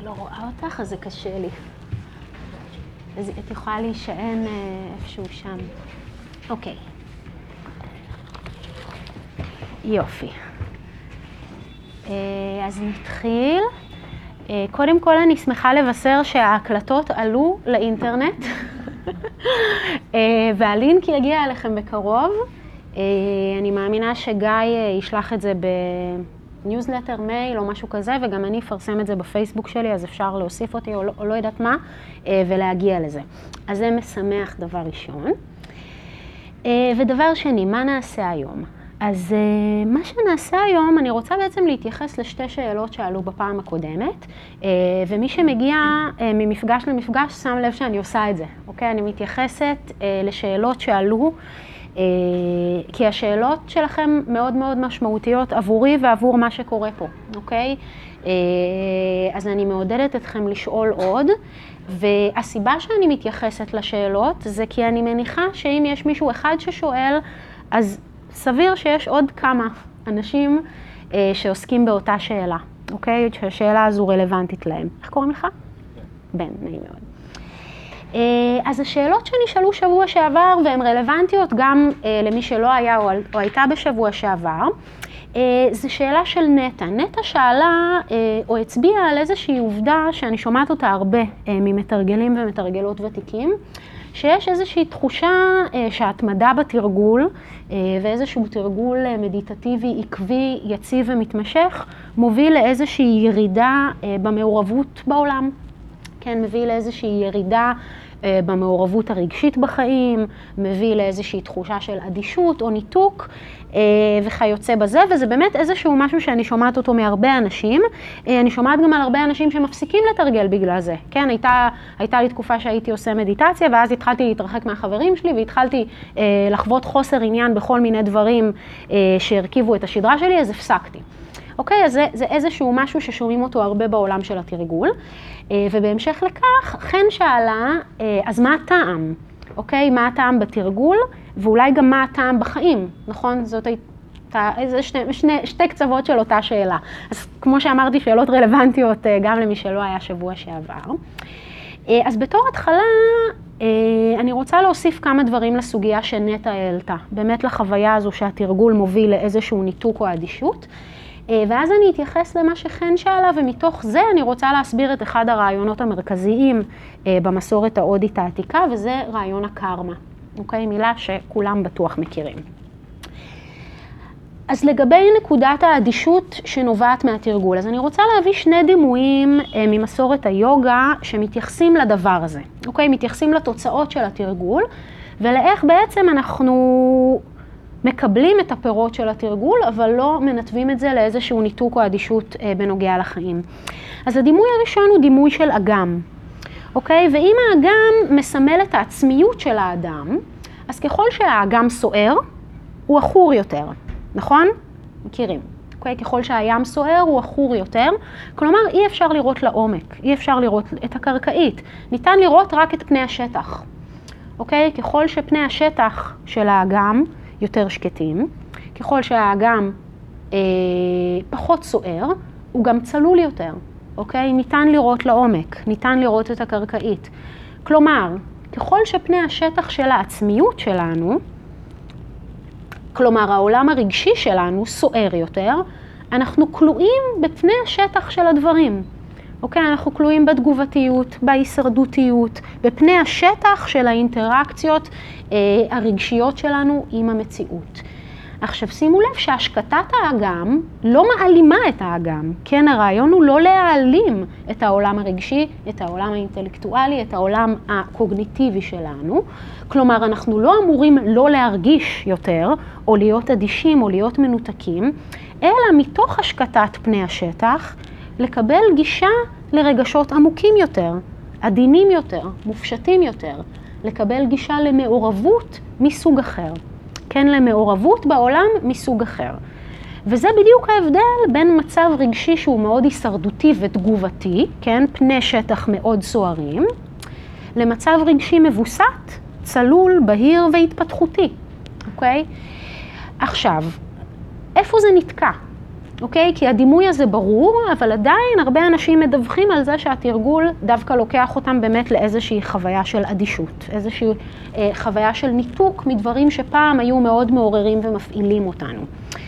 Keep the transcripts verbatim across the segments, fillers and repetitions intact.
לא רואה אותך, אז זה קשה לי. אז את יכולה להישען איפשהו שם. אוקיי. יופי. אז נתחיל. קודם כל אני שמחה לבשר שההקלטות עלו לאינטרנט, והלינק יגיע אליכם בקרוב. אני מאמינה שגיא ישלח את זה בניוזלטר, מייל או משהו כזה, וגם אני אפרסם את זה בפייסבוק שלי, אז אפשר להוסיף אותי או לא, או לא יודעת מה, ולהגיע לזה. אז זה משמח דבר ראשון. ודבר שני, מה נעשה היום? אז מה שנעשה היום, אני רוצה בעצם להתייחס לשתי שאלות שעלו בפעם הקודמת, ומי שמגיע ממפגש למפגש שם לב שאני עושה את זה, אוקיי? אני מתייחסת לשאלות שעלו, כי השאלות שלכם מאוד מאוד משמעותיות עבורי ועבור מה שקורה פה, אוקיי? אז אני מעודדת אתכם לשאול עוד, והסיבה שאני מתייחסת לשאלות זה כי אני מניחה שאם יש מישהו אחד ששואל, אז סביר שיש עוד כמה אנשים אה, שעוסקים באותה שאלה, אוקיי? שהשאלה הזו רלוונטית להם. איך קוראים לך? בן, נעים מאוד. אה, אז השאלות שנשאלו שבוע שעבר, והן רלוונטיות גם אה, למי שלא היה או, או הייתה בשבוע שעבר, אה, זו שאלה של נטע. נטע שאלה אה, או הצביעה על איזושהי עובדה שאני שומעת אותה הרבה אה, ממתרגלים ומתרגלות ותיקים, שיש איזושהי תחושה שההתמדה בתרגול ואיזשהו תרגול מדיטטיבי עקבי, יציב ומתמשך, מוביל לאיזושהי ירידה במעורבות בעולם. כן, מביא לאיזושהי ירידה במעורבות הרגשית בחיים, מביא לאיזושהי תחושה של אדישות או ניתוק וכיוצא בזה, וזה באמת איזשהו משהו שאני שומעת אותו מהרבה אנשים. אני שומעת גם על הרבה אנשים שמפסיקים לתרגל בגלל זה. כן, הייתה, הייתה לי תקופה שהייתי עושה מדיטציה, ואז התחלתי להתרחק מהחברים שלי, והתחלתי לחוות חוסר עניין בכל מיני דברים שהרכיבו את השדרה שלי, אז הפסקתי. אוקיי, אז זה, זה איזשהו משהו ששומעים אותו הרבה בעולם של התרגול, ובהמשך לכך, חן שאלה, אז מה הטעם? אוקיי, מה הטעם בתרגול, ואולי גם מה הטעם בחיים, נכון? זאת הייתה, איזה שני, שני, שתי קצוות של אותה שאלה. אז כמו שאמרתי, שאלות רלוונטיות גם למי שלא היה שבוע שעבר. אז בתור התחלה, אני רוצה להוסיף כמה דברים לסוגיה שנטע העלתה, באמת לחוויה הזו שהתרגול מוביל לאיזשהו ניתוק או אדישות, ואז אני אתייחס למה שחן שאלה, ומתוך זה אני רוצה להסביר את אחד הרעיונות המרכזיים במסורת ההודית העתיקה, וזה רעיון הקרמה. אוקיי? מילה שכולם בטוח מכירים. אז לגבי נקודת האדישות שנובעת מהתרגול, אז אני רוצה להביא שני דימויים ממסורת היוגה שמתייחסים לדבר הזה. אוקיי? מתייחסים לתוצאות של התרגול, ולאיך בעצם אנחנו מקבלים את הפירות של התרגול, אבל לא מנתבים את זה לאיזשהו ניתוק או אדישות בנוגע לחיים. אז הדימוי הראשון הוא דימוי של אגם. אוקיי? ואם האגם מסמל את העצמיות של האדם, אז ככל שהאגם סוער, הוא עכור יותר. נכון? מכירים. אוקיי? ככל שהים סוער, הוא עכור יותר. כלומר, אי אפשר לראות לעומק, אי אפשר לראות את הקרקעית. ניתן לראות רק את פני השטח. אוקיי? ככל שפני השטח של האגם יותר שקטים, ככל שהאגם אה, פחות סוער, הוא גם צלול יותר, אוקיי? ניתן לראות לעומק, ניתן לראות את הקרקעית. כלומר, ככל שפני השטח של העצמיות שלנו, כלומר העולם הרגשי שלנו סוער יותר, אנחנו כלואים בפני השטח של הדברים. אוקיי? אנחנו כלואים בתגובתיות, בהישרדותיות, בפני השטח של האינטראקציות אה, הרגשיות שלנו עם המציאות. עכשיו שימו לב שהשקטת האגם לא מעלימה את האגם, כן? הרעיון הוא לא להעלים את העולם הרגשי, את העולם האינטלקטואלי, את העולם הקוגניטיבי שלנו. כלומר, אנחנו לא אמורים לא להרגיש יותר, או להיות אדישים, או להיות מנותקים, אלא מתוך השקטת פני השטח, לקבל גישה לרגשות עמוקים יותר, עדינים יותר, מופשטים יותר, לקבל גישה למעורבות מסוג אחר. כן, למעורבות בעולם מסוג אחר. וזה בדיוק ההבדל בין מצב רגשי שהוא מאוד הישרדותי ותגובתי, כן, פני שטח מאוד סוערים, למצב רגשי מבוסת, צלול, בהיר והתפתחותי. אוקיי? עכשיו, איפה זה נתקע? אוקיי? כי הדימוי הזה ברור, אבל עדיין הרבה אנשים מדווחים על זה שהתרגול דווקא לוקח אותם באמת לאיזושהי חוויה של אדישות, איזושהי אה, חוויה של ניתוק מדברים שפעם היו מאוד מעוררים ומפעילים אותנו.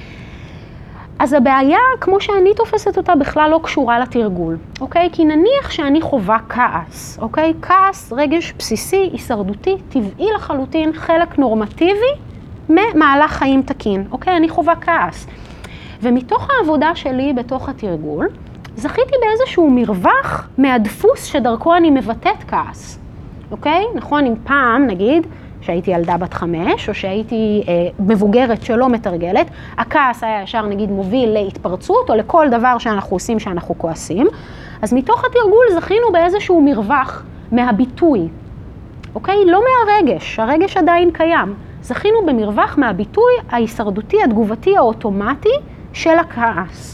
אז הבעיה, כמו שאני תופסת אותה, בכלל לא קשורה לתרגול, אוקיי? כי נניח שאני חווה כעס, אוקיי? כעס, רגש בסיסי, הישרדותי, טבעי לחלוטין, חלק נורמטיבי ממהלך חיים תקין, אוקיי? אני חווה כעס. ומתוך העבודה שלי בתוך התרגול, זכיתי באיזשהו מרווח מהדפוס שדרכו אני מבטאת כעס, אוקיי? נכון, אם פעם, נגיד, שהייתי ילדה בת חמש, או שהייתי אה, מבוגרת שלא מתרגלת, הכעס היה ישר נגיד מוביל להתפרצות, או לכל דבר שאנחנו עושים שאנחנו כועסים, אז מתוך התרגול זכינו באיזשהו מרווח מהביטוי, אוקיי? לא מהרגש, הרגש עדיין קיים. זכינו במרווח מהביטוי ההישרדותי, התגובתי, האוטומטי של הכעס.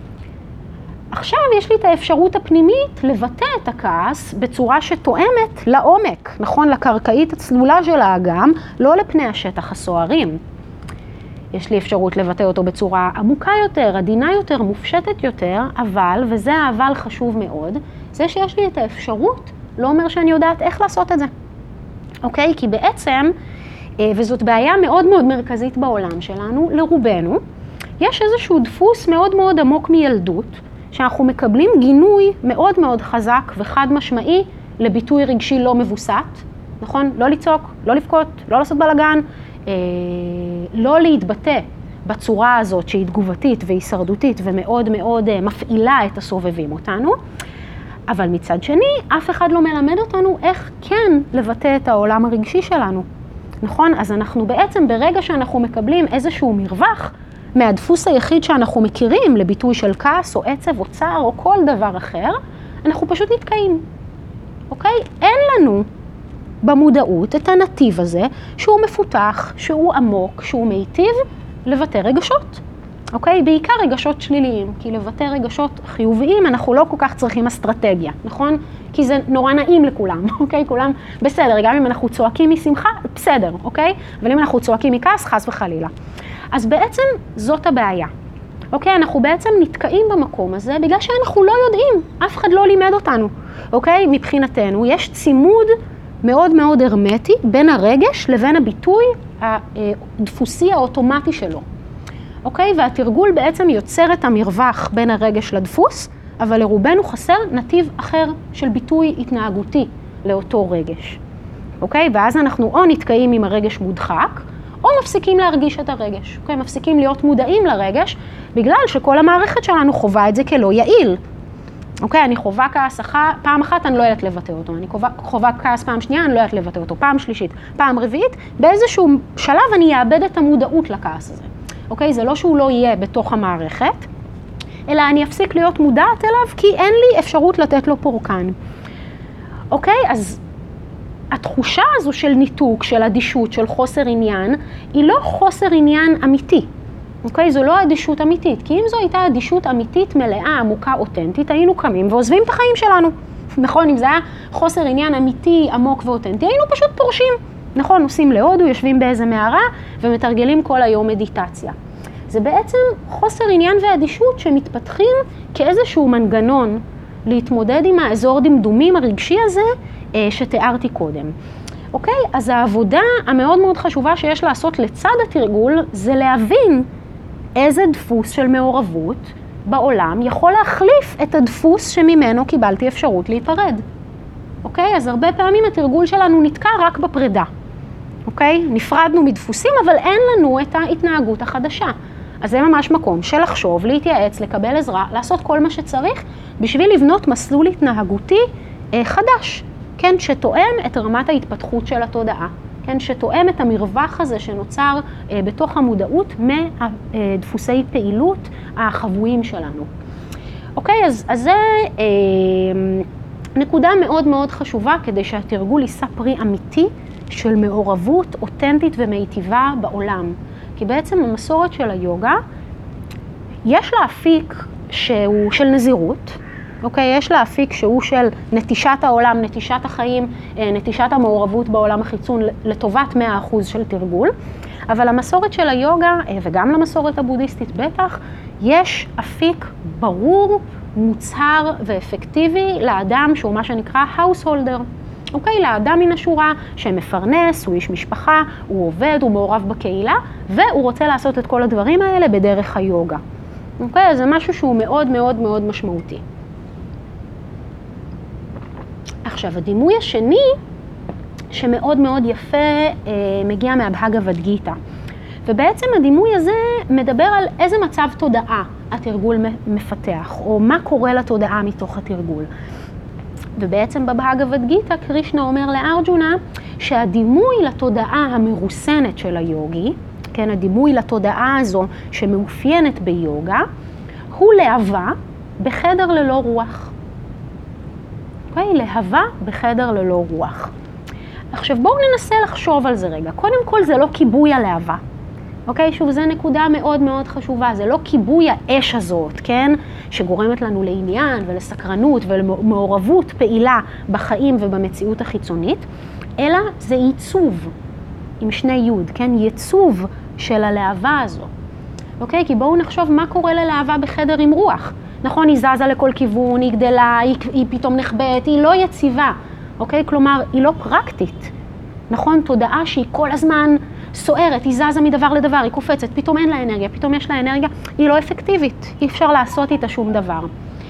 עכשיו יש לי את האפשרות הפנימית לבטא את הכעס בצורה שתואמת לעומק, נכון? לקרקעית הצלולה של האגם, לא לפני השטח הסוערים. יש לי אפשרות לבטא אותו בצורה עמוקה יותר, עדינה יותר, מופשטת יותר, אבל, וזה האבל חשוב מאוד, זה שיש לי את האפשרות לא אומר שאני יודעת איך לעשות את זה. אוקיי? כי בעצם, וזאת בעיה מאוד מאוד מרכזית בעולם שלנו, לרובנו, יש איזשהו דפוס מאוד מאוד עמוק מילדות, שאנחנו מקבלים גינוי מאוד מאוד חזק וחד משמעי לביטוי רגשי לא מבוסת, נכון? לא לצעוק, לא לבכות, לא לעשות בלגן, אה, לא להתבטא בצורה הזאת שהיא תגובתית והישרדותית ומאוד מאוד אה, מפעילה את הסובבים אותנו, אבל מצד שני, אף אחד לא מלמד אותנו איך כן לבטא את העולם הרגשי שלנו, נכון? אז אנחנו בעצם ברגע שאנחנו מקבלים איזשהו מרווח, מהדפוס היחיד שאנחנו מכירים לביטוי של כעס או עצב או צער או כל דבר אחר, אנחנו פשוט נתקעים, אוקיי? אין לנו במודעות את הנתיב הזה שהוא מפותח, שהוא עמוק, שהוא מיטיב לבטא רגשות, אוקיי? בעיקר רגשות שליליים, כי לבטא רגשות חיוביים אנחנו לא כל כך צריכים אסטרטגיה, נכון? כי זה נורא נעים לכולם, אוקיי? כולם בסדר, גם אם אנחנו צועקים משמחה, בסדר, אוקיי? אבל אם אנחנו צועקים מכעס, חס וחלילה. אז בעצם זאת הבעיה. אוקיי? אנחנו בעצם נתקעים במקום הזה בגלל שאנחנו לא יודעים, אף אחד לא לימד אותנו. אוקיי? מבחינתנו יש צימוד מאוד מאוד הרמטי בין הרגש לבין הביטוי הדפוסי האוטומטי שלו. אוקיי? והתרגול בעצם יוצר את המרווח בין הרגש לדפוס, אבל לרובנו חסר נתיב אחר של ביטוי התנהגותי לאותו רגש. אוקיי? ואז אנחנו או נתקעים עם הרגש מודחק, או מפסיקים להרגיש את הרגש, אוקיי? מפסיקים להיות מודעים לרגש, בגלל שכל המערכת שלנו חובה את זה כלא יעיל. אוקיי, אני חובה כעס אחת, פעם אחת אני לא יודעת לבטא אותו, אני חובה, חובה כעס פעם שנייה, אני לא יודעת לבטא אותו, פעם שלישית, פעם רביעית, באיזשהו שלב אני אאבד את המודעות לכעס הזה. אוקיי, זה לא שהוא לא יהיה בתוך המערכת, אלא אני אפסיק להיות מודעת אליו, כי אין לי אפשרות לתת לו פורקן. אוקיי, אז התחושה הזו של ניתוק, של אדישות, של חוסר עניין, היא לא חוסר עניין אמיתי. אוקיי? זו לא אדישות אמיתית, כי אם זו הייתה אדישות אמיתית, מלאה, עמוקה, אותנטית, היינו קמים ועוזבים את החיים שלנו. נכון? אם זה היה חוסר עניין אמיתי, עמוק ואותנטי, היינו פשוט פורשים. נכון? נוסעים להודו, יושבים באיזה מערה ומתרגלים כל היום מדיטציה. זה בעצם חוסר עניין ואדישות שמתפתחים כאיזשהו מנגנון להתמודד עם האזור דמדומים הרגשי הזה שתיארתי קודם. אוקיי? אז העבודה המאוד מאוד חשובה שיש לעשות לצד התרגול זה להבין איזה דפוס של מעורבות בעולם יכול להחליף את הדפוס שממנו קיבלתי אפשרות להיפרד. אוקיי? אז הרבה פעמים התרגול שלנו נתקע רק בפרידה. אוקיי? נפרדנו מדפוסים, אבל אין לנו את ההתנהגות החדשה. אז זה ממש מקום של לחשוב, להתייעץ, לקבל עזרה, לעשות כל מה שצריך בשביל לבנות מסלול התנהגותי אה, חדש. כן, שתואם את רמת ההתפתחות של התודעה. כן, שתואם את המרווח הזה שנוצר אה, בתוך המודעות מהדפוסי פעילות החבויים שלנו. אוקיי, אז, אז זה אה, נקודה מאוד מאוד חשובה כדי שהתרגול יישא פרי אמיתי של מעורבות אותנטית ומיטיבה בעולם. כי בעצם המסורת של היוגה, יש לה אפיק שהוא של נזירות, אוקיי? יש לה אפיק שהוא של נטישת העולם, נטישת החיים, נטישת המעורבות בעולם החיצון לטובת מאה אחוז של תרגול, אבל המסורת של היוגה, וגם למסורת הבודהיסטית בטח, יש אפיק ברור, מוצהר ואפקטיבי לאדם שהוא מה שנקרא householder. אוקיי, לאדם מן השורה שמפרנס, הוא איש משפחה, הוא עובד, הוא מעורב בקהילה, והוא רוצה לעשות את כל הדברים האלה בדרך היוגה. אוקיי, אז זה משהו שהוא מאוד מאוד מאוד משמעותי. עכשיו, הדימוי השני, שמאוד מאוד יפה, מגיע מהבהגavad גיטה. ובעצם הדימוי הזה מדבר על איזה מצב תודעה התרגול מפתח, או מה קורה לתודעה מתוך התרגול. ובעצם בבהגavad גיטה קרישנה אומר לארג'ונה שהדימוי לתודעה המרוסנת של היוגי, כן, הדימוי לתודעה הזו שמאופיינת ביוגה, הוא להבה בחדר ללא רוח. אוקיי? להבה בחדר ללא רוח. עכשיו בואו ננסה לחשוב על זה רגע. קודם כל זה לא כיבוי הלהבה. אוקיי? שוב, זו נקודה מאוד מאוד חשובה. זה לא כיבוי האש הזאת, כן? שגורמת לנו לעניין ולסקרנות ולמעורבות פעילה בחיים ובמציאות החיצונית, אלא זה ייצוב עם שני יוד, כן? ייצוב של הלהבה הזו. אוקיי? כי בואו נחשוב מה קורה ללהבה בחדר עם רוח. נכון, היא זזה לכל כיוון, היא גדלה, היא, היא פתאום נחבאת, היא לא יציבה. אוקיי? כלומר, היא לא פרקטית. נכון? תודעה שהיא כל הזמן סוערת, היא זזה מדבר לדבר, היא קופצת, פתאום אין לה אנרגיה, פתאום יש לה אנרגיה, היא לא אפקטיבית, אי אפשר לעשות איתה שום דבר.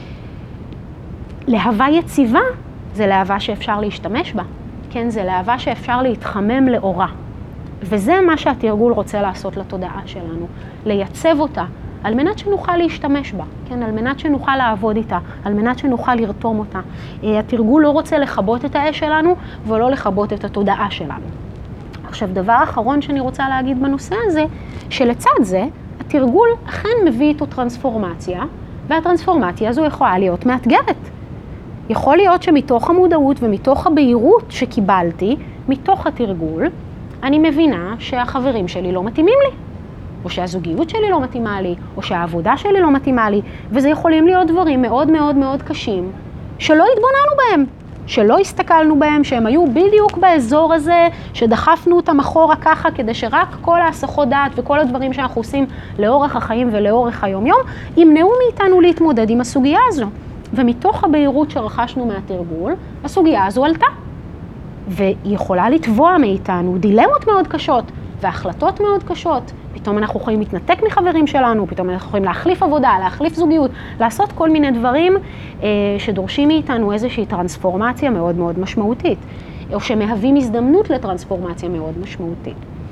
להבה יציבה זה להבה שאפשר להשתמש בה, כן? זה להבה שאפשר להתחמם לאורה. וזה מה שהתרגול רוצה לעשות לתודעה שלנו, לייצב אותה, על מנת שנוכל להשתמש בה, כן? על מנת שנוכל לעבוד איתה, על מנת שנוכל לרתום אותה. התרגול לא רוצה לכבות את האש שלנו, ולא לכבות את התודעה שלנו. עכשיו, דבר אחרון שאני רוצה להגיד בנושא הזה, שלצד זה, התרגול אכן מביא איתו טרנספורמציה, והטרנספורמציה הזו יכולה להיות מאתגרת. יכול להיות שמתוך המודעות ומתוך הבהירות שקיבלתי, מתוך התרגול, אני מבינה שהחברים שלי לא מתאימים לי, או שהזוגיות שלי לא מתאימה לי, או שהעבודה שלי לא מתאימה לי, וזה יכולים להיות דברים מאוד מאוד מאוד קשים, שלא התבוננו בהם. שלא הסתכלנו בהם, שהם היו בדיוק באזור הזה, שדחפנו אותם אחורה ככה, כדי שרק כל ההסחות דעת וכל הדברים שאנחנו עושים לאורך החיים ולאורך היום-יום, ימנעו מאיתנו להתמודד עם הסוגיה הזו. ומתוך הבהירות שרכשנו מהתרגול, הסוגיה הזו עלתה. והיא יכולה לתבוע מאיתנו דילמות מאוד קשות, והחלטות מאוד קשות. פתאום אנחנו יכולים להתנתק מחברים שלנו, פתאום אנחנו יכולים להחליף עבודה, להחליף זוגיות, לעשות כל מיני דברים אה, שדורשים מאיתנו איזושהי טרנספורמציה מאוד מאוד משמעותית, או שמהווים הזדמנות לטרנספורמציה מאוד משמעותית.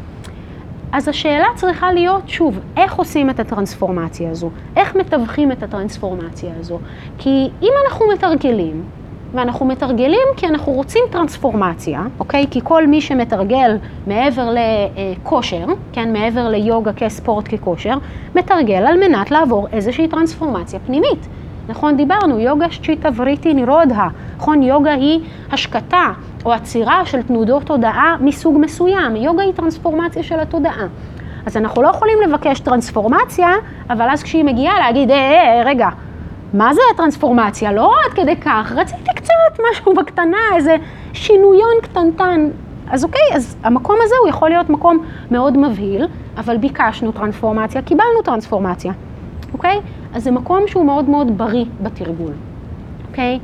אז השאלה צריכה להיות, שוב, איך עושים את הטרנספורמציה הזו? איך מתווכים את הטרנספורמציה הזו? כי אם אנחנו מתרגלים, ואנחנו מתרגלים כי אנחנו רוצים טרנספורמציה, אוקיי? כי כל מי שמתרגל מעבר לכושר, כן, מעבר ליוגה כספורט ככושר, מתרגל על מנת לעבור איזושהי טרנספורמציה פנימית. נכון, דיברנו, יוגה שצ'יטה וריטי נירודה. נכון, יוגה היא השקטה או עצירה של תנודות תודעה מסוג מסוים. יוגה היא טרנספורמציה של התודעה. אז אנחנו לא יכולים לבקש טרנספורמציה, אבל אז כשהיא מגיעה להגיד, אה, אה, רגע, מה זה הטרנספורמציה? לא עד כדי כך, רציתי קצת משהו בקטנה, איזה שינויון קטנטן. אז אוקיי, אז המקום הזה הוא יכול להיות מקום מאוד מבהיל, אבל ביקשנו טרנספורמציה, קיבלנו טרנספורמציה. אוקיי? אז זה מקום שהוא מאוד מאוד בריא בתרגול. אוקיי?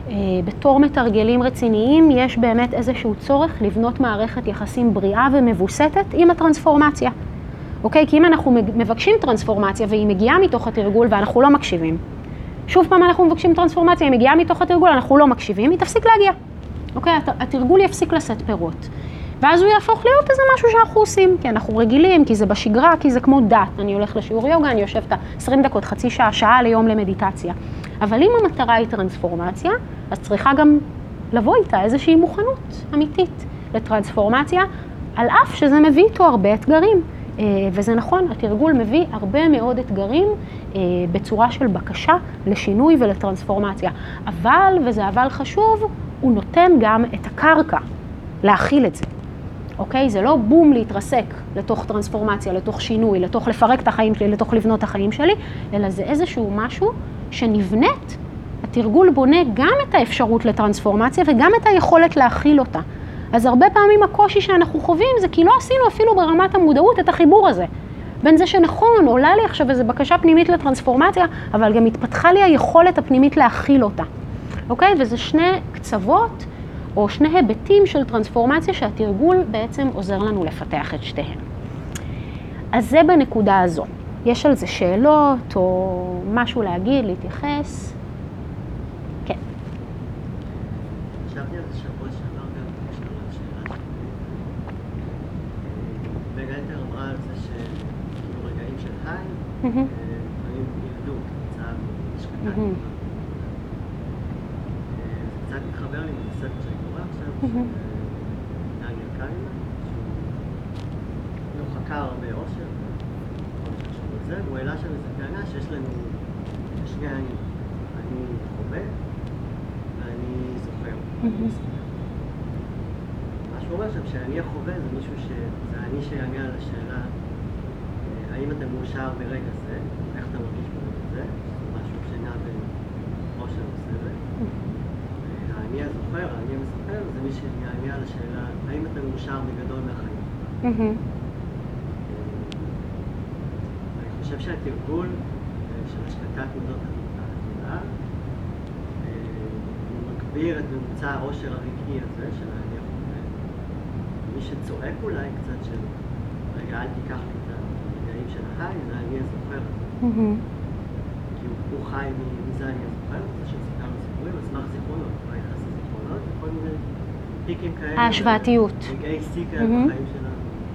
בתור מתרגלים רציניים יש באמת איזשהו צורך לבנות מערכת יחסים בריאה ומבוסתת עם הטרנספורמציה. אוקיי? כי אם אנחנו מבקשים טרנספורמציה והיא מגיעה מתוך התרגול ואנחנו לא מקשיבים, שוב פעם אנחנו מבקשים טרנספורמציה, היא מגיעה מתוך התרגול, אנחנו לא מקשיבים, היא תפסיק להגיע. אוקיי? התרגול יפסיק לשאת פירות. ואז הוא יהפוך להיות איזה משהו שאנחנו עושים, כי אנחנו רגילים, כי זה בשגרה, כי זה כמו דת. אני הולך לשיעור יוגה, אני יושבת עשרים דקות, חצי שעה, שעה ליום למדיטציה. אבל אם המטרה היא טרנספורמציה, אז צריכה גם לבוא איתה איזושהי מוכנות אמיתית לטרנספורמציה, על אף שזה מביא איתו הרבה אתגרים. וזה נכון, התרגול מביא הרבה מאוד אתגרים בצורה של בקשה לשינוי ולטרנספורמציה. אבל, וזה אבל חשוב, הוא נותן גם את הקרקע להכיל את זה. אוקיי? זה לא בום להתרסק לתוך טרנספורמציה, לתוך שינוי, לתוך לפרק את החיים שלי, לתוך לבנות את החיים שלי, אלא זה איזשהו משהו שנבנית. התרגול בונה גם את האפשרות לטרנספורמציה וגם את היכולת להכיל אותה. אז הרבה פעמים הקושי שאנחנו חווים זה כי לא עשינו אפילו ברמת המודעות את החיבור הזה. בין זה שנכון, עולה לי עכשיו איזו בקשה פנימית לטרנספורמציה, אבל גם התפתחה לי היכולת הפנימית להכיל אותה. אוקיי? וזה שני קצוות, או שני היבטים של טרנספורמציה שהתרגול בעצם עוזר לנו לפתח את שתיהם. אז זה בנקודה הזו. יש על זה שאלות או משהו להגיד, להתייחס? כן. חשבתי על זה שבוע שעבר גם בשביל השאלה וגייטר אמרה על זה שכאילו רגעים של היי, דברים ילדו כתוצאה משקטה. זה קצת מתחבר לי בספר שאני קורא עכשיו, של דניאל קלימן, שהוא חקר הרבה אושר, והוא העלה שם איזו טענה שיש לנו שני אני, אני חווה ואני זוכר. מה שהוא אומר שם שאני החווה זה מישהו שזה אני שיענה על השאלה האם אתה מאושר ברגע זה, איך אתה מרגיש ברגע זה, זה משהו שנע בין אושר וסבל. האני הזוכר, האני המספר, זה מי שיענה על השאלה האם אתה מאושר בגדול מהחיים. אני חושב שהתרגול של השקטת תנודות התודעה הוא מגביר את ממוצע העושר הרגעי הזה של האני החווה. מי שצועק אולי קצת של רגע אל תיקח לי את הרגעים של ההיי, זה האני הזוכר הזה. כי הוא חי מזה אני הזוכר, זה שסיפרנו סיפורים, על סמך זיכרונות, הוא היחס לזיכרונות וכל מיני פיקים כאלה. ההשוואתיות. רגעי שיא כאלה בחיים שלנו.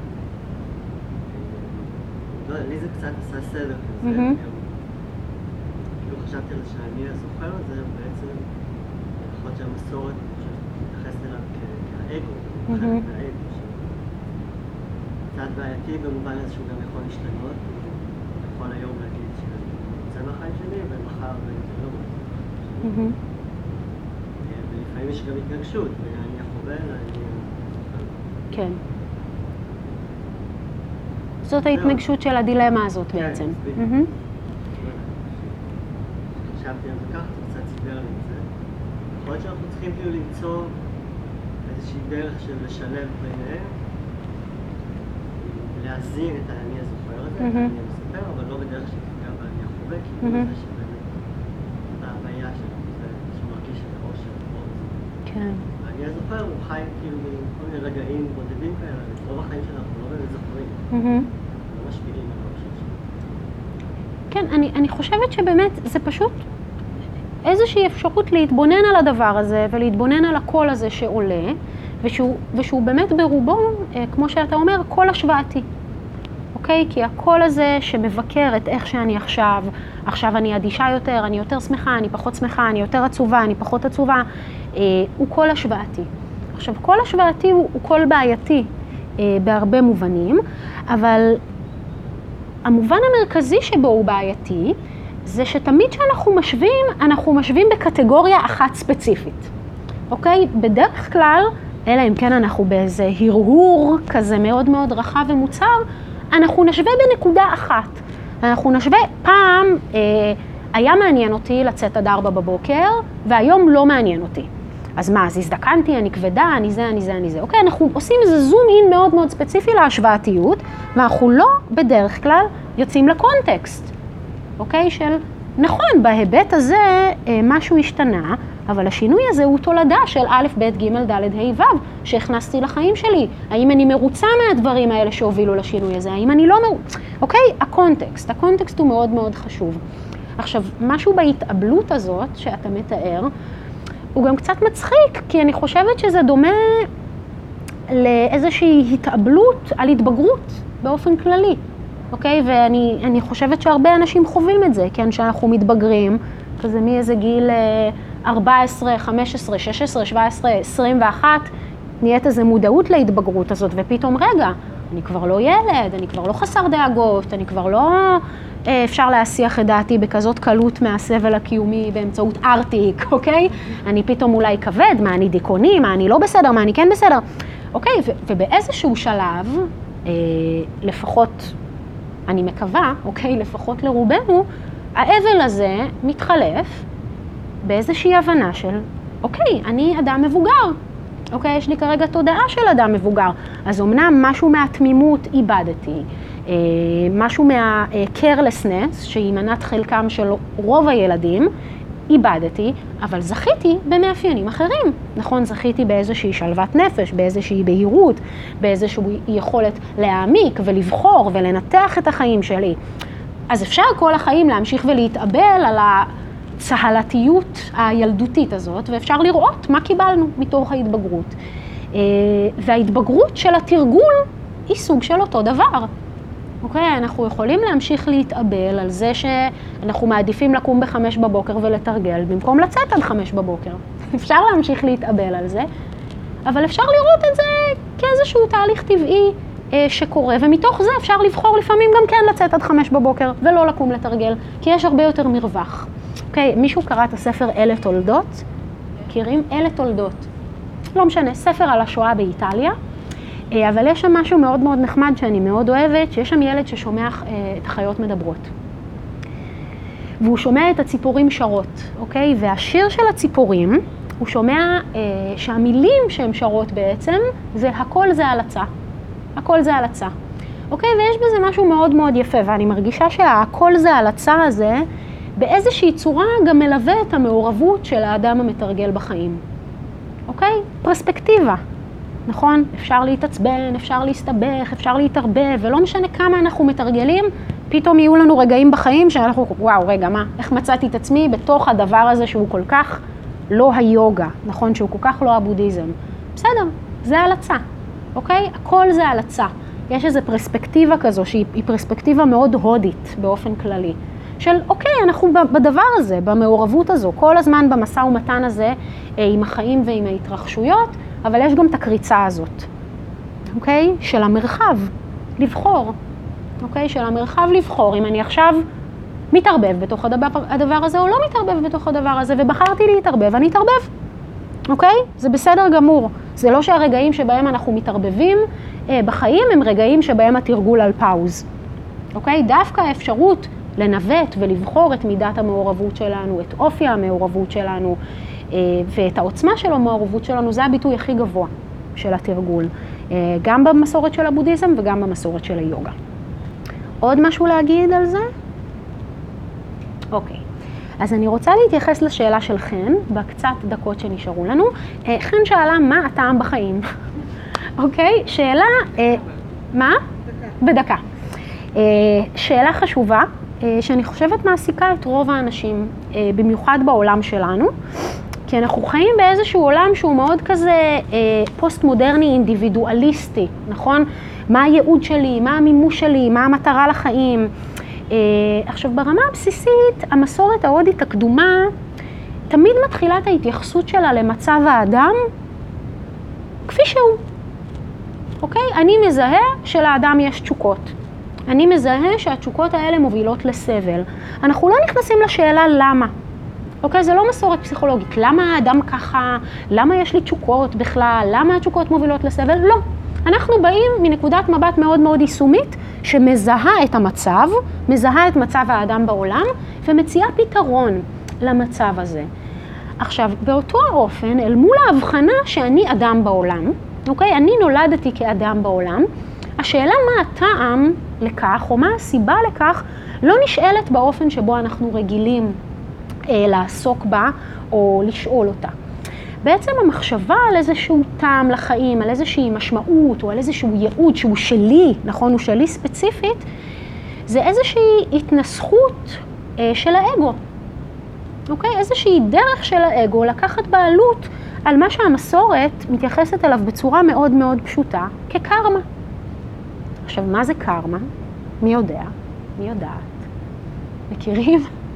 לא, לי זה קצת עשה סדר כזה, כאילו חשבתי על זה שאני הזוכר הזה, בעצם יכול להיות שהמסורת מתייחסת אליו כאגו, חלק מהאגו, קצת בעייתי במובן הזה שהוא גם יכול להשתנות, הוא יכול היום להגיד שאני יוצא מהחיים שלי ומחר זה לא רוצה. ולפעמים יש גם התנגשות, ואני החווה, אני הזוכר. כן. זאת ההתנגשות של הדילמה הזאת בעצם. חשבתי על זה ככה, זה קצת סיפר לי את זה. יכול להיות שאנחנו צריכים כאילו למצוא איזושהי דרך של לשלב ביניהם, להזין את האני הזוכר הזה, את האני המספר, אבל לא בדרך שתפגע באני החווה, כי הוא זה שבאמת בהוויה שלנו, זה שמרגיש את האושר. כן. האני הזוכר הוא חי כאילו מכל מיני רגעים בודדים כאלה, רוב החיים שלנו אנחנו לא באמת זוכרים. כן, אני, אני חושבת שבאמת זה פשוט איזושהי אפשרות להתבונן על הדבר הזה ולהתבונן על הקול הזה שעולה, ושהוא, ושהוא באמת ברובו, כמו שאתה אומר, קול השוואתי. אוקיי? כי הקול הזה שמבקר את איך שאני עכשיו, עכשיו אני אדישה יותר, אני יותר שמחה, אני פחות שמחה, אני יותר עצובה, אני פחות עצובה, אה, הוא קול השוואתי. עכשיו, קול השוואתי הוא, הוא קול בעייתי אה, בהרבה מובנים, אבל המובן המרכזי שבו הוא בעייתי, זה שתמיד שאנחנו משווים, אנחנו משווים בקטגוריה אחת ספציפית. אוקיי? בדרך כלל, אלא אם כן אנחנו באיזה הרהור כזה מאוד מאוד רחב ומוצר, אנחנו נשווה בנקודה אחת. אנחנו נשווה, פעם אה, היה מעניין אותי לצאת עד ארבע בבוקר, והיום לא מעניין אותי. אז מה, אז הזדקנתי, אני כבדה, אני זה, אני זה, אני זה. אוקיי, אנחנו עושים איזה זום אין מאוד מאוד ספציפי להשוואתיות, ואנחנו לא בדרך כלל יוצאים לקונטקסט. אוקיי, של נכון, בהיבט הזה אה, משהו השתנה, אבל השינוי הזה הוא תולדה של א', ב', ג', ד', ה', ו', שהכנסתי לחיים שלי. האם אני מרוצה מהדברים האלה שהובילו לשינוי הזה? האם אני לא מרוצה? אוקיי, הקונטקסט. הקונטקסט הוא מאוד מאוד חשוב. עכשיו, משהו בהתאבלות הזאת שאתה מתאר, הוא גם קצת מצחיק, כי אני חושבת שזה דומה לאיזושהי התאבלות על התבגרות באופן כללי. אוקיי? ואני אני חושבת שהרבה אנשים חווים את זה, כן? שאנחנו מתבגרים, כזה מאיזה גיל ארבע עשרה, חמש עשרה, שש עשרה, שבע עשרה, עשרים ואחת, נהיית איזו מודעות להתבגרות הזאת, ופתאום רגע, אני כבר לא ילד, אני כבר לא חסר דאגות, אני כבר לא אפשר להסיח את דעתי בכזאת קלות מהסבל הקיומי באמצעות ארטיק, אוקיי? אני פתאום אולי כבד, מה אני דיכאוני, מה אני לא בסדר, מה אני כן בסדר. אוקיי, ו- ובאיזשהו שלב, אה, לפחות, אני מקווה, אוקיי, לפחות לרובנו, האבל הזה מתחלף באיזושהי הבנה של, אוקיי, אני אדם מבוגר. אוקיי, יש לי כרגע תודעה של אדם מבוגר. אז אמנם משהו מהתמימות איבדתי, משהו מה-carelessness, שהיא מנת חלקם של רוב הילדים, איבדתי, אבל זכיתי במאפיינים אחרים. נכון, זכיתי באיזושהי שלוות נפש, באיזושהי בהירות, באיזושהי יכולת להעמיק ולבחור ולנתח את החיים שלי. אז אפשר כל החיים להמשיך ולהתאבל על הצהלתיות הילדותית הזאת, ואפשר לראות מה קיבלנו מתוך ההתבגרות. וההתבגרות של התרגול היא סוג של אותו דבר. אוקיי, אנחנו יכולים להמשיך להתאבל על זה שאנחנו מעדיפים לקום בחמש בבוקר ולתרגל, במקום לצאת עד חמש בבוקר. אפשר להמשיך להתאבל על זה, אבל אפשר לראות את זה כאיזשהו תהליך טבעי אה, שקורה, ומתוך זה אפשר לבחור לפעמים גם כן לצאת עד חמש בבוקר ולא לקום לתרגל, כי יש הרבה יותר מרווח. אוקיי, מישהו קרא את הספר אלה תולדות? מכירים? אלה תולדות. לא משנה, ספר על השואה באיטליה. אבל יש שם משהו מאוד מאוד נחמד שאני מאוד אוהבת, שיש שם ילד ששומע את החיות מדברות. והוא שומע את הציפורים שרות, אוקיי? והשיר של הציפורים, הוא שומע אה, שהמילים שהן שרות בעצם, זה הכל זה הלצה. הכל זה הלצה. אוקיי? ויש בזה משהו מאוד מאוד יפה, ואני מרגישה שהכל זה הלצה הזה, באיזושהי צורה גם מלווה את המעורבות של האדם המתרגל בחיים. אוקיי? פרספקטיבה. נכון? אפשר להתעצבן, אפשר להסתבך, אפשר להתערבב, ולא משנה כמה אנחנו מתרגלים, פתאום יהיו לנו רגעים בחיים שאנחנו, וואו, רגע, מה? איך מצאתי את עצמי בתוך הדבר הזה שהוא כל כך לא היוגה, נכון? שהוא כל כך לא הבודהיזם. בסדר, זה הלצה, אוקיי? הכל זה הלצה. יש איזו פרספקטיבה כזו, שהיא פרספקטיבה מאוד הודית באופן כללי. של, אוקיי, אנחנו בדבר הזה, במעורבות הזו, כל הזמן במשא ומתן הזה, עם החיים ועם ההתרחשויות, אבל יש גם את הקריצה הזאת, אוקיי? של המרחב, לבחור, אוקיי? של המרחב לבחור, אם אני עכשיו מתערבב בתוך הדבר, הדבר הזה או לא מתערבב בתוך הדבר הזה, ובחרתי להתערבב, אני אתערבב, אוקיי? זה בסדר גמור. זה לא שהרגעים שבהם אנחנו מתערבבים אה, בחיים הם רגעים שבהם התרגול על פאוז, אוקיי? דווקא האפשרות לנווט ולבחור את מידת המעורבות שלנו, את אופי המעורבות שלנו, ואת העוצמה של המעורבות שלנו, זה הביטוי הכי גבוה של התרגול, גם במסורת של הבודהיזם וגם במסורת של היוגה. עוד משהו להגיד על זה? אוקיי, אז אני רוצה להתייחס לשאלה של חן, בקצת דקות שנשארו לנו. חן שאלה מה הטעם בחיים. אוקיי, שאלה, מה? בדקה. שאלה חשובה, שאני חושבת מעסיקה את רוב האנשים, במיוחד בעולם שלנו, כי אנחנו חיים באיזשהו עולם שהוא מאוד כזה אה, פוסט-מודרני, אינדיבידואליסטי, נכון? מה הייעוד שלי, מה המימוש שלי, מה המטרה לחיים. אה, עכשיו, ברמה הבסיסית, המסורת ההודית הקדומה, תמיד מתחילה את ההתייחסות שלה למצב האדם, כפי שהוא. אוקיי? אני מזהה שלאדם יש תשוקות. אני מזהה שהתשוקות האלה מובילות לסבל. אנחנו לא נכנסים לשאלה למה. אוקיי, זה לא מסורת פסיכולוגית. למה האדם ככה? למה יש לי תשוקות בכלל? למה התשוקות מובילות לסבל? לא. אנחנו באים מנקודת מבט מאוד מאוד יישומית, שמזהה את המצב, מזהה את מצב האדם בעולם, ומציעה פתרון למצב הזה. עכשיו, באותו האופן, אל מול ההבחנה שאני אדם בעולם, אוקיי, אני נולדתי כאדם בעולם, השאלה מה הטעם לכך, או מה הסיבה לכך, לא נשאלת באופן שבו אנחנו רגילים לעסוק בה או לשאול אותה. בעצם המחשבה על איזשהו טעם לחיים, על איזושהי משמעות או על איזשהו ייעוד שהוא שלי, נכון, הוא שלי ספציפית, זה איזושהי התנסחות של האגו. אוקיי? איזושהי דרך של האגו לקחת בעלות על מה שהמסורת מתייחסת אליו בצורה מאוד מאוד פשוטה, כקרמה. עכשיו, מה זה קרמה? מי יודע? מי יודעת? מכירים?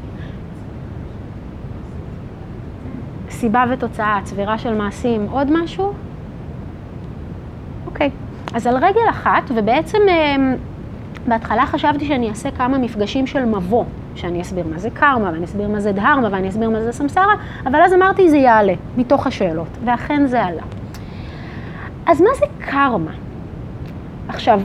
סיבה ותוצאה, צבירה של מעשים, עוד משהו? אוקיי, אז על רגל אחת, ובעצם בהתחלה חשבתי שאני אעשה כמה מפגשים של מבוא, שאני אסביר מה זה קרמה, ואני אסביר מה זה דהרמה, ואני אסביר מה זה סמסרה, אבל אז אמרתי זה יעלה, מתוך השאלות, ואכן זה עלה. אז מה זה קרמה? עכשיו,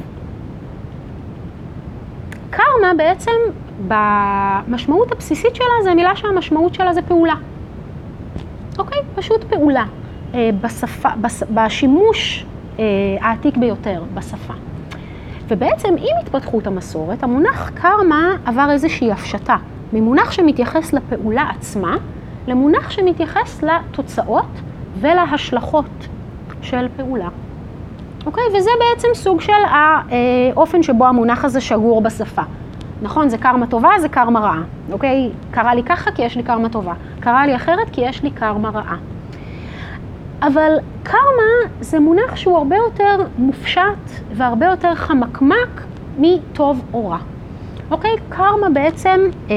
קרמה בעצם, במשמעות הבסיסית שלה, זה מילה שהמשמעות שלה זה פעולה. אוקיי? פשוט פעולה. בשפה, בשימוש העתיק ביותר בשפה. ובעצם עם התפתחות המסורת, המונח קרמה עבר איזושהי הפשטה, ממונח שמתייחס לפעולה עצמה, למונח שמתייחס לתוצאות ולהשלכות של פעולה. אוקיי? וזה בעצם סוג של האופן שבו המונח הזה שגור בשפה. נכון, זה קרמה טובה, זה קרמה רעה. אוקיי? קרה לי ככה כי יש לי קרמה טובה. קרה לי אחרת כי יש לי קרמה רעה. אבל קרמה זה מונח שהוא הרבה יותר מופשט והרבה יותר חמקמק מטוב או רע. אוקיי? קרמה בעצם אה,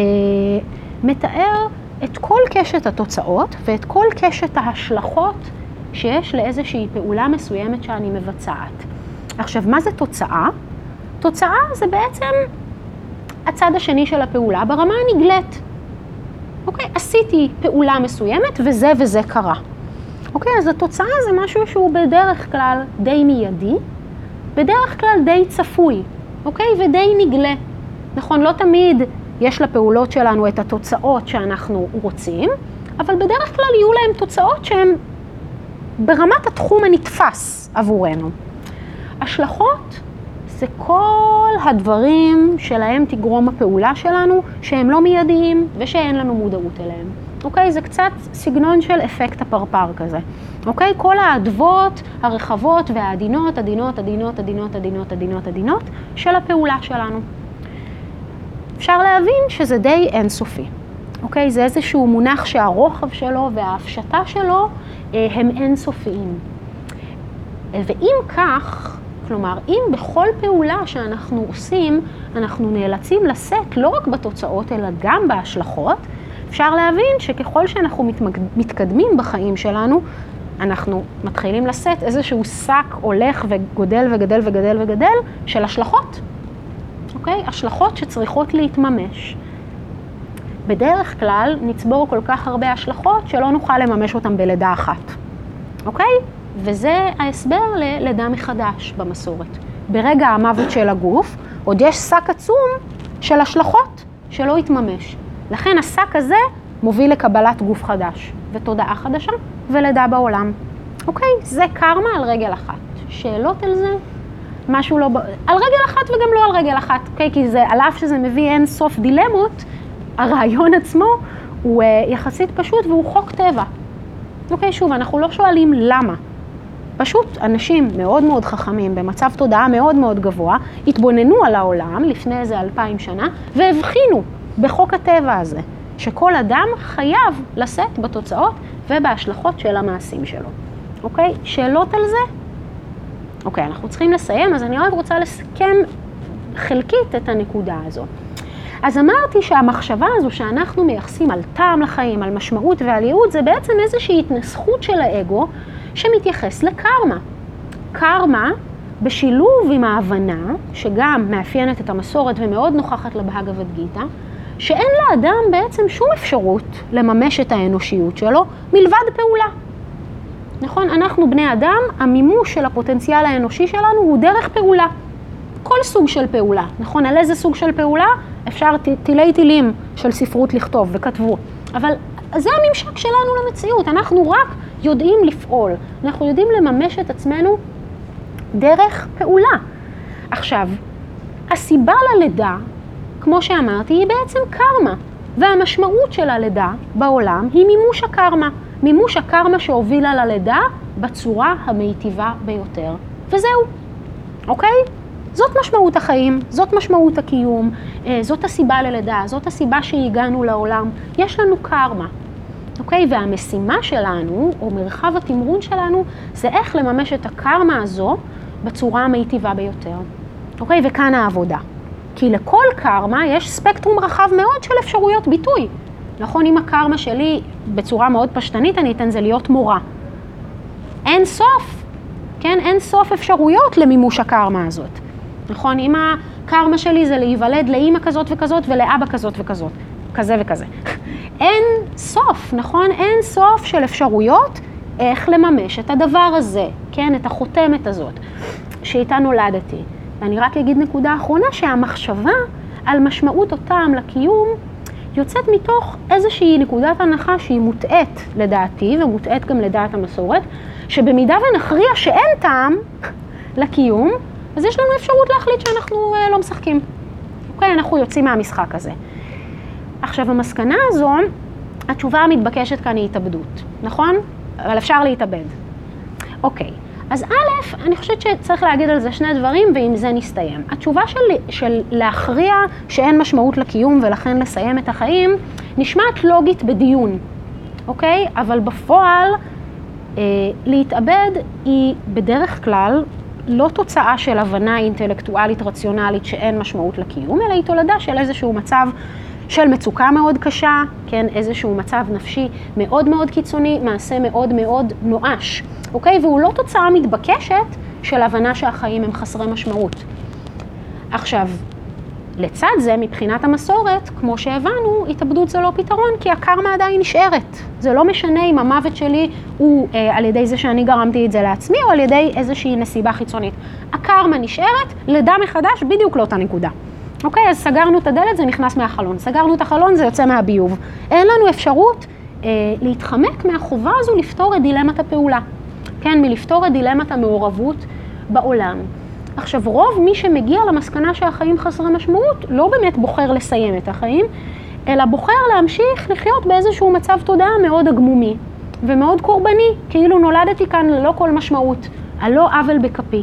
מתאר את כל קשת התוצאות ואת כל קשת ההשלכות שיש לאיזושהי פעולה מסוימת שאני מבצעת. עכשיו, מה זה תוצאה? תוצאה זה בעצם הצד השני של הפעולה ברמה הנגלית. אוקיי? עשיתי פעולה מסוימת וזה וזה קרה. אוקיי? אז התוצאה זה משהו שהוא בדרך כלל די מיידי, בדרך כלל די צפוי, אוקיי? ודי נגלה. נכון, לא תמיד יש לפעולות שלנו את התוצאות שאנחנו רוצים, אבל בדרך כלל יהיו להם תוצאות שהן ברמת התחום הנתפס עבורנו. השלכות זה כל הדברים שלהם תגרום הפעולה שלנו, שהם לא מיידיים ושאין לנו מודעות אליהם. אוקיי? זה קצת סגנון של אפקט הפרפר כזה. אוקיי? כל העדבות הרחבות והעדינות, עדינות, עדינות, עדינות, עדינות, עדינות, עדינות של הפעולה שלנו. אפשר להבין שזה די אינסופי. אוקיי? זה איזשהו מונח שהרוחב שלו וההפשטה שלו הם אינסופיים. ואם כך, כלומר, אם בכל פעולה שאנחנו עושים, אנחנו נאלצים לשאת לא רק בתוצאות, אלא גם בהשלכות, אפשר להבין שככל שאנחנו מתקדמים בחיים שלנו, אנחנו מתחילים לשאת איזשהו שק הולך וגודל וגדל וגדל וגדל של השלכות. אוקיי? השלכות שצריכות להתממש. בדרך כלל נצבור כל כך הרבה השלכות שלא נוכל לממש אותן בלידה אחת. אוקיי? וזה ההסבר ללידה מחדש במסורת. ברגע המוות של הגוף, עוד יש שק עצום של השלכות שלא יתממש. לכן השק הזה מוביל לקבלת גוף חדש, ותודעה חדשה, ולידה בעולם. אוקיי? זה קרמה על רגל אחת. שאלות על זה? משהו לא... על רגל אחת וגם לא על רגל אחת. אוקיי? כי זה, על אף שזה מביא אין סוף דילמות, הרעיון עצמו הוא יחסית פשוט והוא חוק טבע. אוקיי? שוב, אנחנו לא שואלים למה. פשוט אנשים מאוד מאוד חכמים, במצב תודעה מאוד מאוד גבוה, התבוננו על העולם לפני איזה אלפיים שנה, והבחינו בחוק הטבע הזה, שכל אדם חייב לשאת בתוצאות ובהשלכות של המעשים שלו. אוקיי? שאלות על זה? אוקיי, אנחנו צריכים לסיים, אז אני רק רוצה לסכם חלקית את הנקודה הזו. אז אמרתי שהמחשבה הזו שאנחנו מייחסים על טעם לחיים, על משמעות ועל ייעוד, זה בעצם איזושהי התנסחות של האגו שמתייחס לקרמה. קרמה בשילוב עם ההבנה, שגם מאפיינת את המסורת ומאוד נוכחת לבהגבד גיטה, שאין לאדם בעצם שום אפשרות לממש את האנושיות שלו מלבד פעולה. נכון? אנחנו בני אדם, המימוש של הפוטנציאל האנושי שלנו הוא דרך פעולה. כל סוג של פעולה. נכון? על איזה סוג של פעולה? אפשר תילי תילים של ספרות לכתוב וכתבו. אבל זה הממשק שלנו למציאות. אנחנו רק יודעים לפעול. אנחנו יודעים לממש את עצמנו דרך פעולה. עכשיו, הסיבה ללידה, כמו שאמרתי, היא בעצם קרמה. והמשמעות של הלידה בעולם היא מימוש הקרמה. מימוש הקרמה שהובילה ללידה בצורה המיטיבה ביותר. וזהו. אוקיי? זאת משמעות החיים, זאת משמעות הקיום, זאת הסיבה ללידה, זאת הסיבה שהגענו לעולם. יש לנו קרמה. אוקיי? והמשימה שלנו, או מרחב התמרון שלנו, זה איך לממש את הקרמה הזו בצורה המיטיבה ביותר. אוקיי? וכאן העבודה. כי לכל קרמה יש ספקטרום רחב מאוד של אפשרויות ביטוי. נכון? אם הקרמה שלי בצורה מאוד פשטנית, אני אתן זה להיות מורה. אין סוף, כן? אין סוף אפשרויות למימוש הקרמה הזאת. נכון? אם הקרמה שלי זה להיוולד לאמא כזאת וכזאת ולאבא כזאת וכזאת. כזה וכזה. אין סוף, נכון? אין סוף של אפשרויות איך לממש את הדבר הזה, כן? את החותמת הזאת שאיתה נולדתי. ואני רק אגיד נקודה אחרונה שהמחשבה על משמעות אותם לקיום יוצאת מתוך איזושהי נקודת הנחה שהיא מוטעת לדעתי ומוטעת גם לדעת המסורת, שבמידה ונכריע שאין טעם לקיום, אז יש לנו אפשרות להחליט שאנחנו לא משחקים. אוקיי, אנחנו יוצאים מהמשחק הזה. עכשיו, המסקנה הזו, התשובה המתבקשת כאן היא התאבדות, נכון? אבל אפשר להתאבד. אוקיי, אז א', אני חושבת שצריך להגיד על זה שני דברים, ועם זה נסתיים. התשובה של, של להכריע שאין משמעות לקיום ולכן לסיים את החיים, נשמעת לוגית בדיון, אוקיי? אבל בפועל, אה, להתאבד היא בדרך כלל לא תוצאה של הבנה אינטלקטואלית רציונלית שאין משמעות לקיום, אלא היא תולדה של איזשהו מצב של מצוקה מאוד קשה, כן, איזשהו מצב נפשי מאוד מאוד קיצוני, מעשה מאוד מאוד נואש, אוקיי? והוא לא תוצאה מתבקשת של הבנה שהחיים הם חסרי משמעות. עכשיו, לצד זה, מבחינת המסורת, כמו שהבנו, התאבדות זה לא פתרון, כי הקרמה עדיין נשארת. זה לא משנה אם המוות שלי הוא אה, על ידי זה שאני גרמתי את זה לעצמי, או על ידי איזושהי נסיבה חיצונית. הקרמה נשארת, לידה מחדש, בדיוק לאותה נקודה. אוקיי, אז סגרנו את הדלת, זה נכנס מהחלון. סגרנו את החלון, זה יוצא מהביוב. אין לנו אפשרות אה, להתחמק מהחובה הזו לפתור את דילמת הפעולה. כן, מלפתור את דילמת המעורבות בעולם. עכשיו, רוב מי שמגיע למסקנה שהחיים חסרי משמעות, לא באמת בוחר לסיים את החיים, אלא בוחר להמשיך לחיות באיזשהו מצב תודעה מאוד הגמומי, ומאוד קורבני, כאילו נולדתי כאן ללא כל משמעות, הלא עוול בכפי.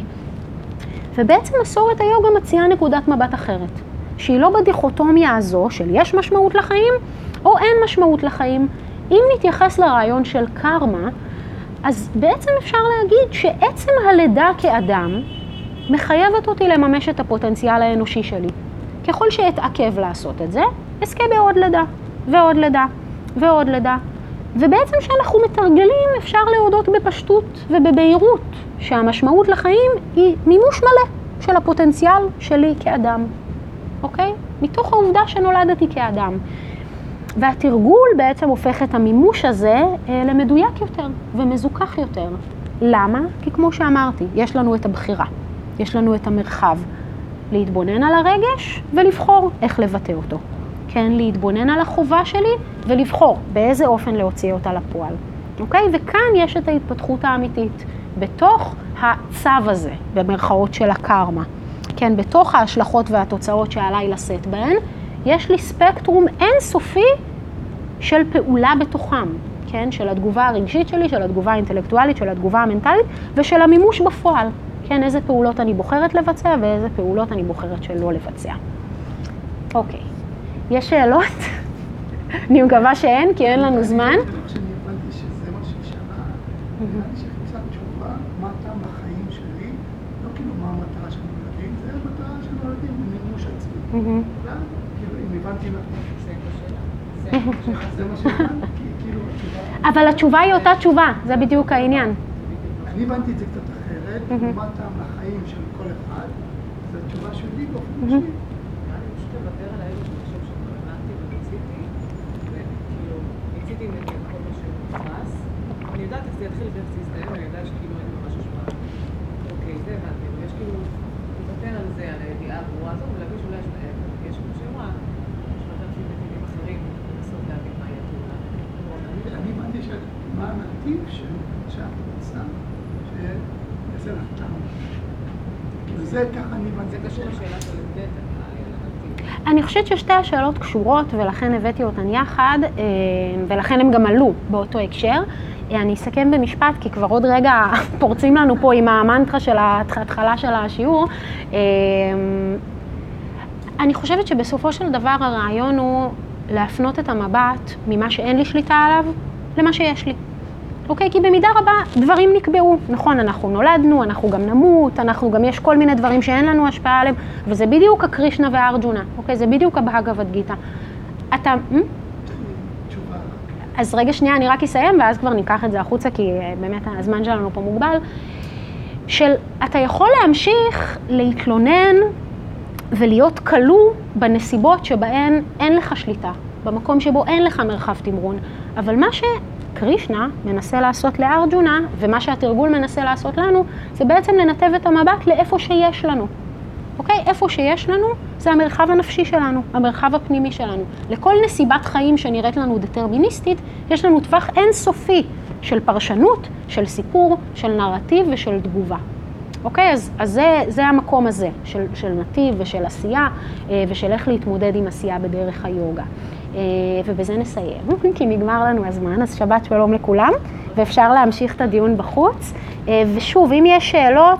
ובעצם מסורת היוגה מציעה נקודת מבט אחרת, שהיא לא בדיכוטומיה הזו של יש משמעות לחיים, או אין משמעות לחיים. אם נתייחס לרעיון של קרמה, אז בעצם אפשר להגיד שעצם הלידה כאדם, מחייבת אותי לממש את הפוטנציאל האנושי שלי. ככל שאתעכב לעשות את זה, אזכה בעוד לידה, ועוד לידה, ועוד לידה. ובעצם שאנחנו מתרגלים אפשר להודות בפשטות ובבהירות, שהמשמעות לחיים היא מימוש מלא של הפוטנציאל שלי כאדם. אוקיי? מתוך העובדה שנולדתי כאדם. והתרגול בעצם הופך את המימוש הזה למדויק יותר ומזוכח יותר. למה? כי כמו שאמרתי, יש לנו את הבחירה. יש לנו את המרחב להתבונן על הרגש ולבחור איך לבטא אותו. כן, להתבונן על החובה שלי ולבחור באיזה אופן להוציא אותה לפועל. אוקיי? וכאן יש את ההתפתחות האמיתית, בתוך הצו הזה, במרכאות של הקרמה. כן, בתוך ההשלכות והתוצאות שעליי לשאת בהן, יש לי ספקטרום אינסופי של פעולה בתוכם. כן, של התגובה הרגשית שלי, של התגובה האינטלקטואלית, של התגובה המנטלית וקל המימוש בפועל. כן, איזה פעולות אני בוחרת לבצע ואיזה פעולות אני בוחרת שלא לבצע. אוקיי. יש שאלות? אני מקווה שאין, כי אין לנו זמן. אני הבנתי שזה מה ששאלה, נראה לי שחיפשה תשובה, מה טעם בחיים שלי, לא כאילו מה המטרה של נולדים, זה המטרה של נולדים, מימוש עצמי. כאילו, אם הבנתי מה... זה מה שהבנתי, כאילו התשובה... אבל התשובה היא אותה תשובה, זה בדיוק העניין. אני הבנתי את זה קצת אחרת, מה טעם לחיים של כל אחד, זו התשובה שלי באופן אישי. אני פשוט מוותר על האלו שאני חושב שהתכוננתי ומיציתי, וכאילו, מיציתי נגיד כל מה שנכנס. אני יודעת איך זה יתחיל ואיך זה יסתיים, אני יודעת שכאילו אין ממש השפעה. אוקיי, זה הבנתי, ויש כאילו, לוותר על זה, על הידיעה הברורה הזו, ולהגיד שאולי יש כמו שאמרה, יש לכם שהיא בכלים אחרים, לנסות להבין מהי התאונה. אני הבנתי שמה הנתיב שאת רוצה, שיעשה לך טעם. וזה ככה אני הבנתי. זה קשור לשאלה של הבדל. אני חושבת ששתי השאלות קשורות, ולכן הבאתי אותן יחד, ולכן הם גם עלו באותו הקשר. אני אסכם במשפט, כי כבר עוד רגע פורצים לנו פה עם המנטרה של ההתחלה של השיעור. אני חושבת שבסופו של דבר הרעיון הוא להפנות את המבט ממה שאין לי שליטה עליו למה שיש לי. אוקיי? כי במידה רבה דברים נקבעו. נכון, אנחנו נולדנו, אנחנו גם נמות, אנחנו גם יש כל מיני דברים שאין לנו השפעה עליהם, וזה בדיוק הקרישנה והארג'ונה. אוקיי? זה בדיוק הבהגavad גיטה. אתה... תשובה. אז רגע שנייה, אני רק אסיים, ואז כבר ניקח את זה החוצה, כי באמת הזמן שלנו פה מוגבל. של אתה יכול להמשיך להתלונן ולהיות כלוא בנסיבות שבהן אין לך שליטה, במקום שבו אין לך מרחב תמרון. אבל מה שקרישנה מנסה לעשות לארג'ונה, ומה שהתרגול מנסה לעשות לנו, זה בעצם לנתב את המבט לאיפה שיש לנו. אוקיי? איפה שיש לנו, זה המרחב הנפשי שלנו, המרחב הפנימי שלנו. לכל נסיבת חיים שנראית לנו דטרמיניסטית, יש לנו טווח אינסופי של פרשנות, של סיפור, של נרטיב ושל תגובה. אוקיי, אז, אז זה, זה המקום הזה של, של נתיב ושל עשייה ושל איך להתמודד עם עשייה בדרך היוגה. ובזה נסיים, כי נגמר לנו הזמן, אז שבת שלום לכולם, ואפשר להמשיך את הדיון בחוץ. ושוב, אם יש שאלות,